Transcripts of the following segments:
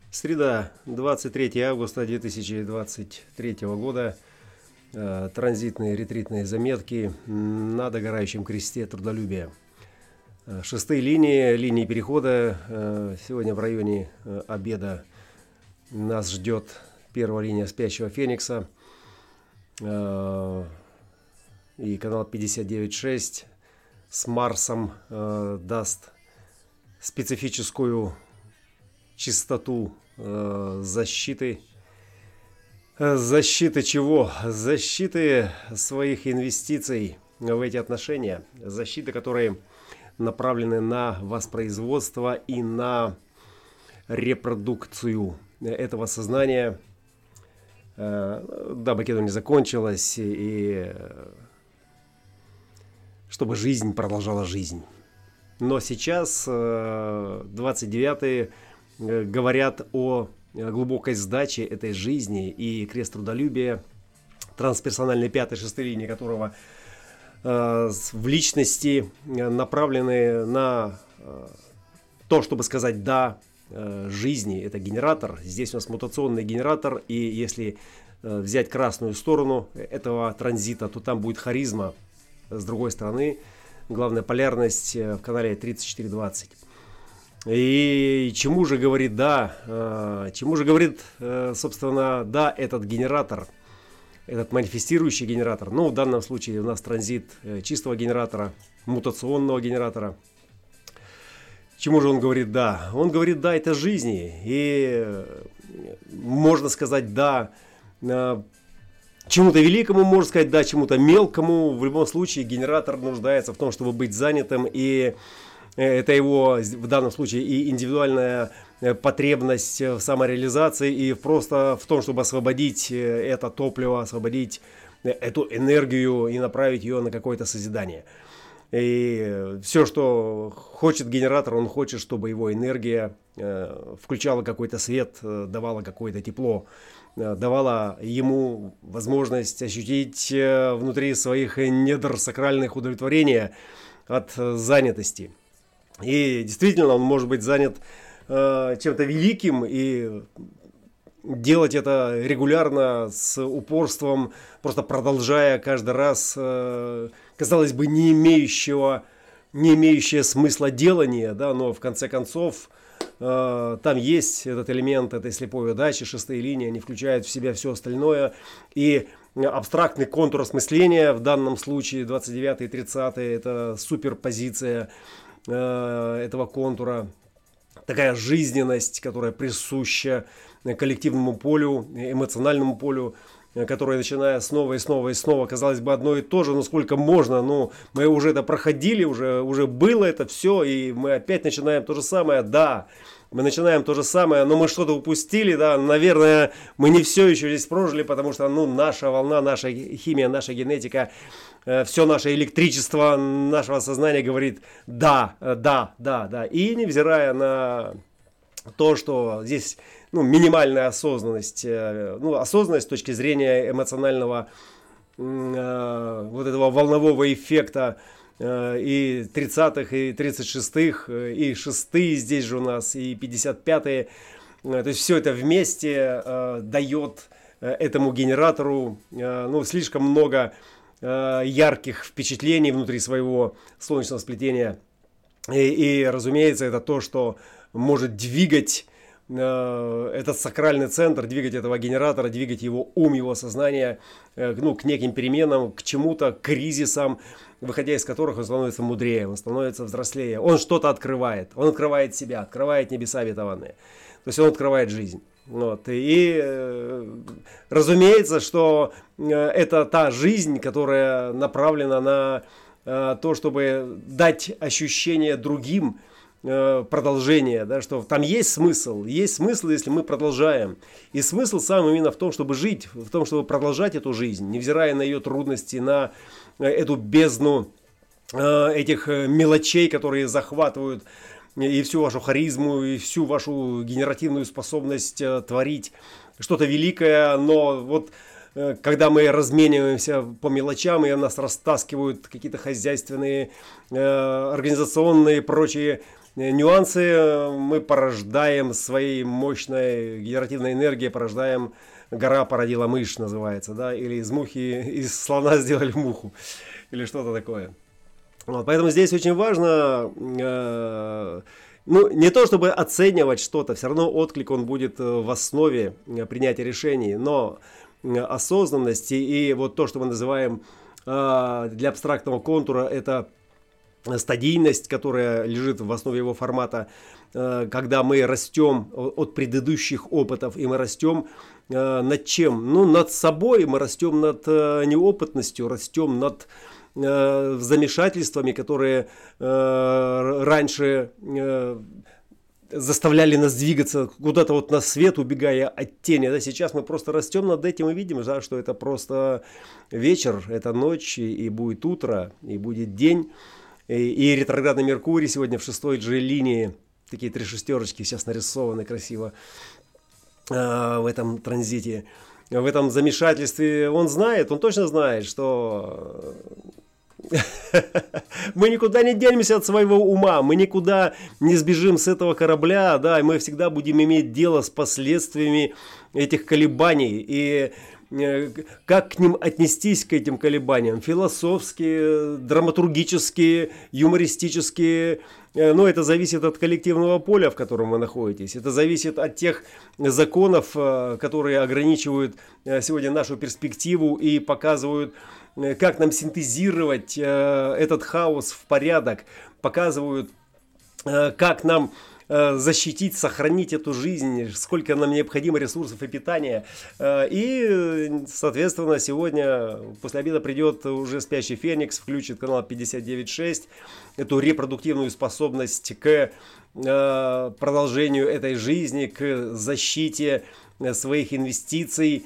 Среда, 23 августа 2023 года. Транзитные ретритные заметки на догорающем кресте трудолюбия. Шестые линии перехода. Сегодня в районе обеда нас ждет первая линия спящего Феникса. И канал 59.6 с Марсом даст специфическую частоту защиты. Защиты чего? Защиты своих инвестиций в эти отношения. Защиты, которые направлены на воспроизводство и на репродукцию этого сознания, дабы кеду не закончилось, и чтобы жизнь продолжала жизнь. Но сейчас 29-е говорят о глубокой сдаче этой жизни, и крест трудолюбия, трансперсональной пятой, шестой линии которого в личности направлены на то, чтобы сказать «да» жизни. Это генератор. Здесь у нас мутационный генератор, и если взять красную сторону этого транзита, то там будет харизма. С другой стороны, главная полярность в канале 3420. И чему же говорит «да», чему же говорит, собственно, «да» этот генератор, этот манифестирующий генератор. Ну, в данном случае у нас транзит чистого генератора, мутационного генератора. Чему же он говорит «да»? Он говорит «да» это жизни. И можно сказать «да» чему-то великому, можно сказать «да» чему-то мелкому. В любом случае генератор нуждается в том, чтобы быть занятым, и это его, в данном случае, и индивидуальная потребность в самореализации, и просто в том, чтобы освободить это топливо, освободить эту энергию и направить ее на какое-то созидание. И все, что хочет генератор, он хочет, чтобы его энергия включала какой-то свет, давала какое-то тепло, давала ему возможность ощутить внутри своих недр сакральных удовлетворения от занятости. И действительно, он может быть занят чем-то великим и делать это регулярно, с упорством, просто продолжая каждый раз, казалось бы, не имеющее смысла делания, да, но в конце концов там есть этот элемент этой слепой удачи, шестые линии, они включают в себя все остальное, и абстрактный контур осмысления, в данном случае 29 и 30 это суперпозиция этого контура, такая жизненность, которая присуща коллективному полю, эмоциональному полю, которая, начиная снова и снова и снова, казалось бы, одно и то же, но сколько можно, ну, мы уже это проходили, уже было это все, и мы опять начинаем то же самое, да, мы начинаем то же самое, но мы что-то упустили, да, наверное, мы не все еще здесь прожили, потому что, ну, наша волна, наша химия, наша генетика, все наше электричество нашего сознания говорит да, да, да, да, и невзирая на то, что здесь, ну, минимальная осознанность, ну, осознанность с точки зрения эмоционального вот этого волнового эффекта, и 30-х, и 36-х, и 6-е здесь же у нас, и 55-е, то есть все это вместе дает этому генератору, ну, слишком много ярких впечатлений внутри своего солнечного сплетения, и разумеется, это то, что может двигать этот сакральный центр, двигать этого генератора, двигать его ум, его сознание, ну, к неким переменам, к чему-то, к кризисам, выходя из которых он становится мудрее, он становится взрослее, он что-то открывает, он открывает себя, открывает небеса обетованные, то есть он открывает жизнь. Вот. И разумеется, что это та жизнь, которая направлена на то, чтобы дать ощущение другим продолжение, да, что там есть смысл, если мы продолжаем. И смысл сам именно в том, чтобы жить, в том, чтобы продолжать эту жизнь, невзирая на ее трудности, на эту бездну этих мелочей, которые захватывают и всю вашу харизму, и всю вашу генеративную способность творить что-то великое, но вот когда мы размениваемся по мелочам, и нас растаскивают какие-то хозяйственные, организационные, прочие нюансы мы порождаем своей мощной генеративной энергией, порождаем, гора породила мышь называется, да, или из слона сделали муху, или что-то такое. Вот, поэтому здесь очень важно, не то чтобы оценивать что-то, все равно отклик он будет в основе принятия решений, но осознанности и вот то, что мы называем для абстрактного контура, это стадийность, которая лежит в основе его формата, когда мы растем от предыдущих опытов, и мы растем над чем? Над собой, мы растем над неопытностью, растем над замешательствами, которые раньше заставляли нас двигаться куда-то вот на свет, убегая от тени. Да, сейчас мы просто растем над этим и видим, да, что это просто вечер, это ночь, и будет утро, и будет день. И ретроградный Меркурий сегодня в 6-й G-линии, такие 3 шестерочки сейчас нарисованы красиво в этом транзите, в этом замешательстве. Он точно знает, что мы никуда не денемся от своего ума, мы никуда не сбежим с этого корабля, да, и мы всегда будем иметь дело с последствиями этих колебаний. И как к ним отнестись, к этим колебаниям? Философские, драматургические, юмористические. Это зависит от коллективного поля, в котором вы находитесь. Это зависит от тех законов, которые ограничивают сегодня нашу перспективу и показывают, как нам синтезировать этот хаос в порядок. Показывают, как нам защитить, сохранить эту жизнь, сколько нам необходимо ресурсов и питания. И, соответственно, сегодня после обеда придет уже спящий Феникс, включит канал 59.6, эту репродуктивную способность к продолжению этой жизни, к защите своих инвестиций,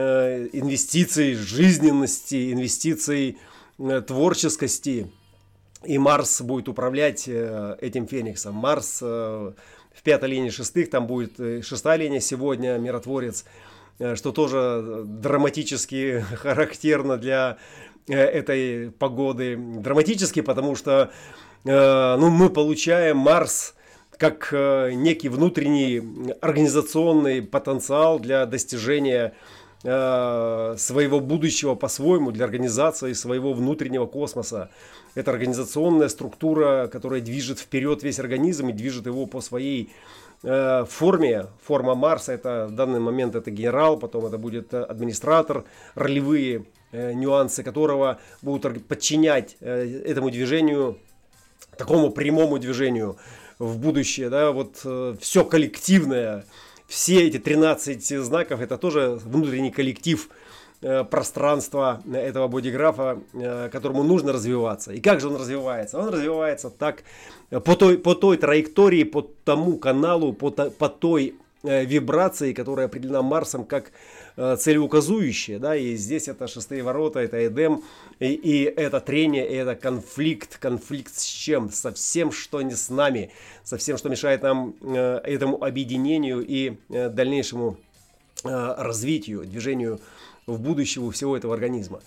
жизненности, инвестиций творческости. И Марс будет управлять этим Фениксом. Марс в 5-й линии шестых, там будет 6-я линия сегодня, миротворец, что тоже драматически характерно для этой погоды. Драматически, потому что мы получаем Марс как некий внутренний организационный потенциал для достижения своего будущего по-своему, для организации своего внутреннего космоса. Это организационная структура, которая движет вперед весь организм и движет его по своей форме. Форма Марса, это в данный момент это генерал, потом это будет администратор, ролевые нюансы которого будут подчинять этому движению, такому прямому движению в будущее. Да, вот все коллективное. Все эти 13 знаков, это тоже внутренний коллектив пространства этого бодиграфа, которому нужно развиваться. И как же он развивается? Он развивается так, по той траектории, по тому каналу, по той вибрации, которая определена Марсом как целеуказующая. Да? И здесь это 6-е ворота, это Эдем, и это трение, и это конфликт. Конфликт с чем? Со всем, что не с нами, со всем, что мешает нам этому объединению и дальнейшему развитию, движению в будущего всего этого организма.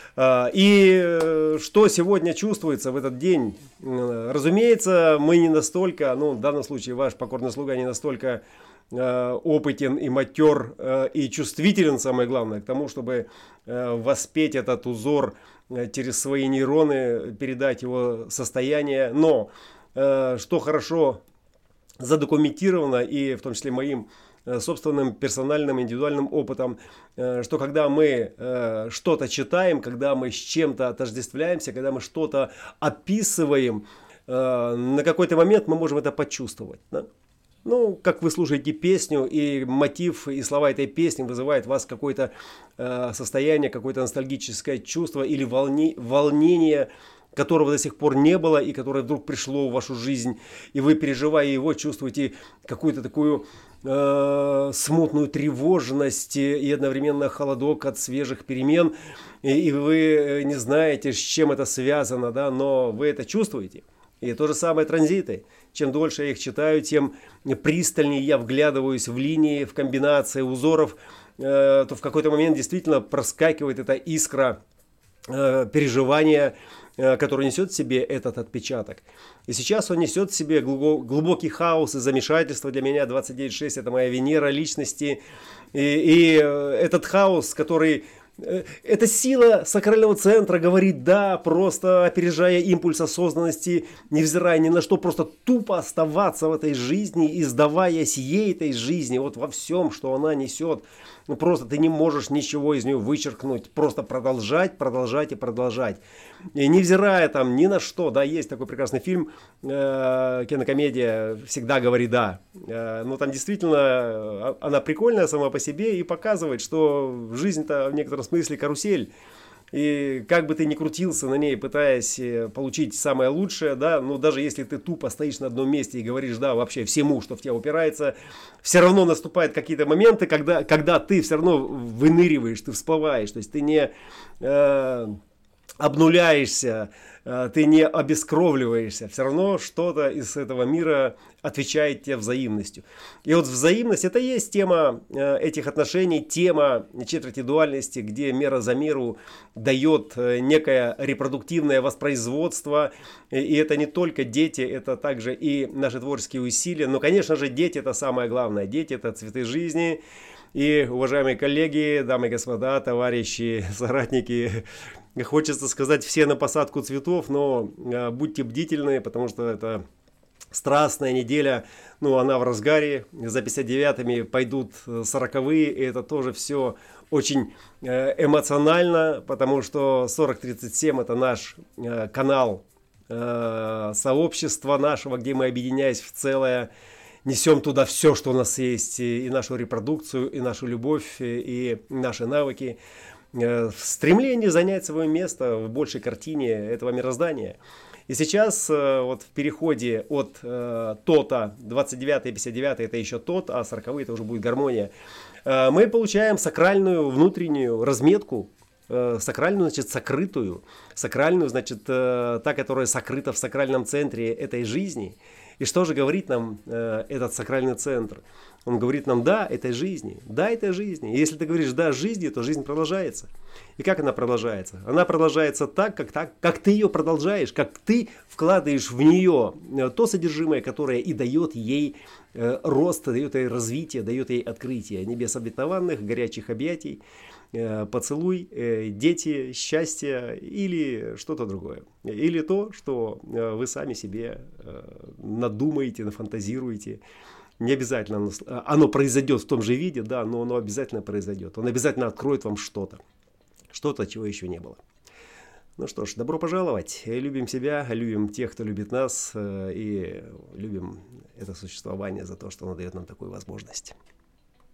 И что сегодня чувствуется в этот день? Разумеется, мы не настолько, в данном случае ваш покорный слуга не настолько опытен и матер и чувствителен, самое главное, к тому, чтобы воспеть этот узор через свои нейроны, передать его состояние. Но что хорошо задокументировано, и в том числе моим собственным персональным индивидуальным опытом, что когда мы что-то читаем, когда мы с чем-то отождествляемся, когда мы что-то описываем, на какой-то момент мы можем это почувствовать. Да? Как вы слушаете песню, и мотив, и слова этой песни вызывают в вас какое-то состояние, какое-то ностальгическое чувство или волнение, которого до сих пор не было, и которое вдруг пришло в вашу жизнь, и вы, переживая его, чувствуете какую-то такую смутную тревожность и одновременно холодок от свежих перемен, и вы не знаете, с чем это связано, да, но вы это чувствуете. И то же самое транзиты. Чем дольше я их читаю, тем пристальнее я вглядываюсь в линии, в комбинации узоров, то в какой-то момент действительно проскакивает эта искра переживания, который несет в себе этот отпечаток. И сейчас он несет в себе глубокий хаос и замешательство. Для меня 29.6 это моя Венера личности. И этот хаос, который... Эта сила сакрального центра говорит «да», просто опережая импульс осознанности, невзирая ни на что, просто тупо оставаться в этой жизни и сдаваясь ей этой жизни, вот во всем, что она несет. Ну, просто ты не можешь ничего из нее вычеркнуть, просто продолжать, продолжать и продолжать. И невзирая там ни на что, да, есть такой прекрасный фильм, кинокомедия «Всегда говори да». Но там действительно она прикольная сама по себе и показывает, что жизнь-то в некотором смысле карусель. И как бы ты ни крутился на ней, пытаясь получить самое лучшее, да, но даже если ты тупо стоишь на одном месте и говоришь да вообще всему, что в тебя упирается, все равно наступают какие-то моменты, когда ты все равно выныриваешь, ты всплываешь, то есть ты не обнуляешься, ты не обескровливаешься, все равно что-то из этого мира отвечает тебе взаимностью. И вот взаимность — это и есть тема этих отношений, тема четверти дуальности, где мера за меру дает некое репродуктивное воспроизводство. И это не только дети, это также и наши творческие усилия. Но, конечно же, дети — это самое главное. Дети — это цветы жизни. И, уважаемые коллеги, дамы и господа, товарищи, соратники, хочется сказать все на посадку цветов, но будьте бдительны, потому что это страстная неделя, ну она в разгаре, за 59-ми пойдут 40-е, и это тоже все очень эмоционально, потому что 4037 это наш канал сообщества нашего, где мы, объединяясь в целое, несем туда все, что у нас есть, и нашу репродукцию, и нашу любовь, и наши навыки, в стремлении занять свое место в большей картине этого мироздания. И сейчас вот в переходе от тота, 29 и 59 это еще тот, а 40 это уже будет гармония, мы получаем сакральную внутреннюю разметку, сакральную, значит, сокрытую, сакральную, значит, та, которая сокрыта в сакральном центре этой жизни. И что же говорит нам этот сакральный центр? Он говорит нам «да» этой жизни, «да» этой жизни. И если ты говоришь «да» жизни, то жизнь продолжается. И как она продолжается? Она продолжается так, как ты ее продолжаешь, как ты вкладываешь в нее то содержимое, которое и дает ей рост, дает ей развитие, дает ей открытие небес обетованных, горячих объятий, поцелуй, дети, счастье или что-то другое. Или то, что вы сами себе надумаете, нафантазируете. Не обязательно оно произойдет в том же виде, да, но оно обязательно произойдет. Он обязательно откроет вам что-то, чего еще не было. Ну что ж, добро пожаловать. Любим себя, любим тех, кто любит нас, и любим это существование за то, что оно дает нам такую возможность.